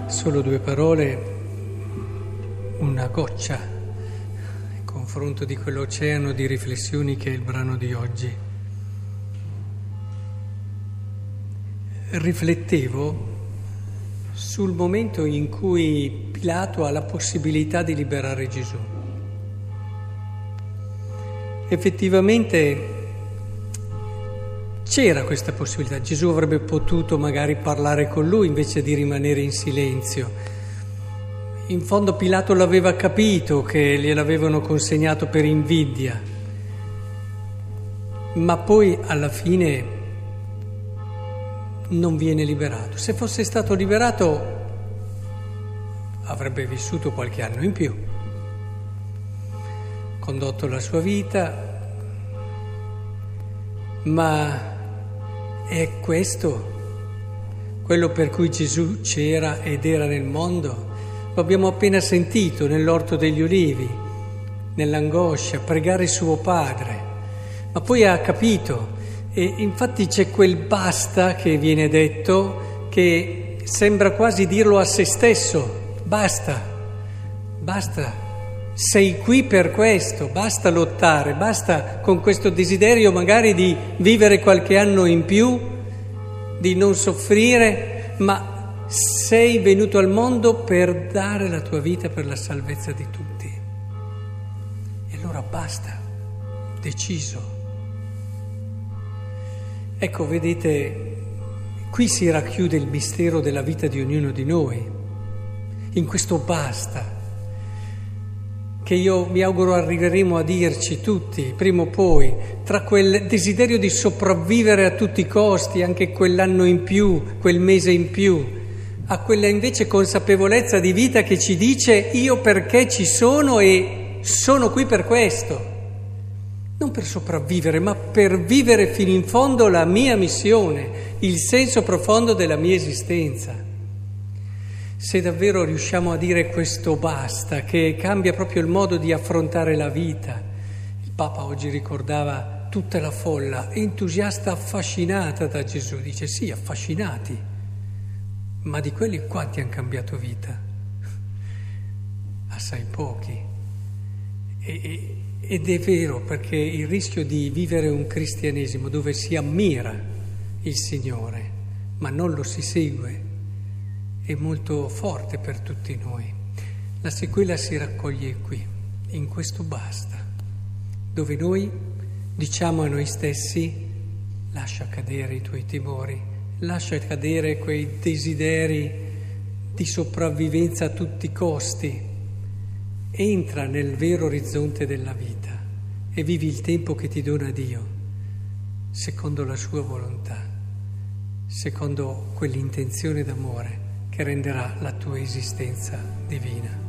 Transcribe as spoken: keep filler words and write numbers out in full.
Solo due parole, una goccia, nel confronto di quell'oceano di riflessioni che è il brano di oggi. Riflettevo sul momento in cui Pilato ha la possibilità di liberare Gesù. Effettivamente c'era questa possibilità, Gesù avrebbe potuto magari parlare con lui invece di rimanere in silenzio. In fondo Pilato l'aveva capito che gliel'avevano consegnato per invidia, ma poi alla fine non viene liberato. Se fosse stato liberato avrebbe vissuto qualche anno in più, condotto la sua vita, ma è questo quello per cui Gesù c'era ed era nel mondo? Lo abbiamo appena sentito nell'Orto degli Ulivi, nell'angoscia, pregare suo Padre, ma poi ha capito, e infatti c'è quel basta che viene detto, che sembra quasi dirlo a se stesso: basta, basta. Sei qui per questo, basta lottare, basta con questo desiderio magari di vivere qualche anno in più, di non soffrire, ma sei venuto al mondo per dare la tua vita per la salvezza di tutti. E allora basta, deciso. Ecco, vedete, qui si racchiude il mistero della vita di ognuno di noi, in questo basta, che io mi auguro arriveremo a dirci tutti, prima o poi, tra quel desiderio di sopravvivere a tutti i costi, anche quell'anno in più, quel mese in più, a quella invece consapevolezza di vita che ci dice: io perché ci sono e sono qui per questo. Non per sopravvivere, ma per vivere fino in fondo la mia missione, il senso profondo della mia esistenza. Se davvero riusciamo a dire questo basta, che cambia proprio il modo di affrontare la vita. Il Papa oggi ricordava tutta la folla entusiasta, affascinata da Gesù. Dice sì, affascinati, ma di quelli quanti hanno cambiato vita? Assai pochi. E, e, ed è vero, perché il rischio di vivere un cristianesimo dove si ammira il Signore, ma non lo si segue, è molto forte per tutti noi. La sequela si raccoglie qui, in questo basta, dove noi diciamo a noi stessi: lascia cadere i tuoi timori, lascia cadere quei desideri di sopravvivenza a tutti i costi, entra nel vero orizzonte della vita e vivi il tempo che ti dona Dio, secondo la sua volontà, secondo quell'intenzione d'amore che renderà la tua esistenza divina.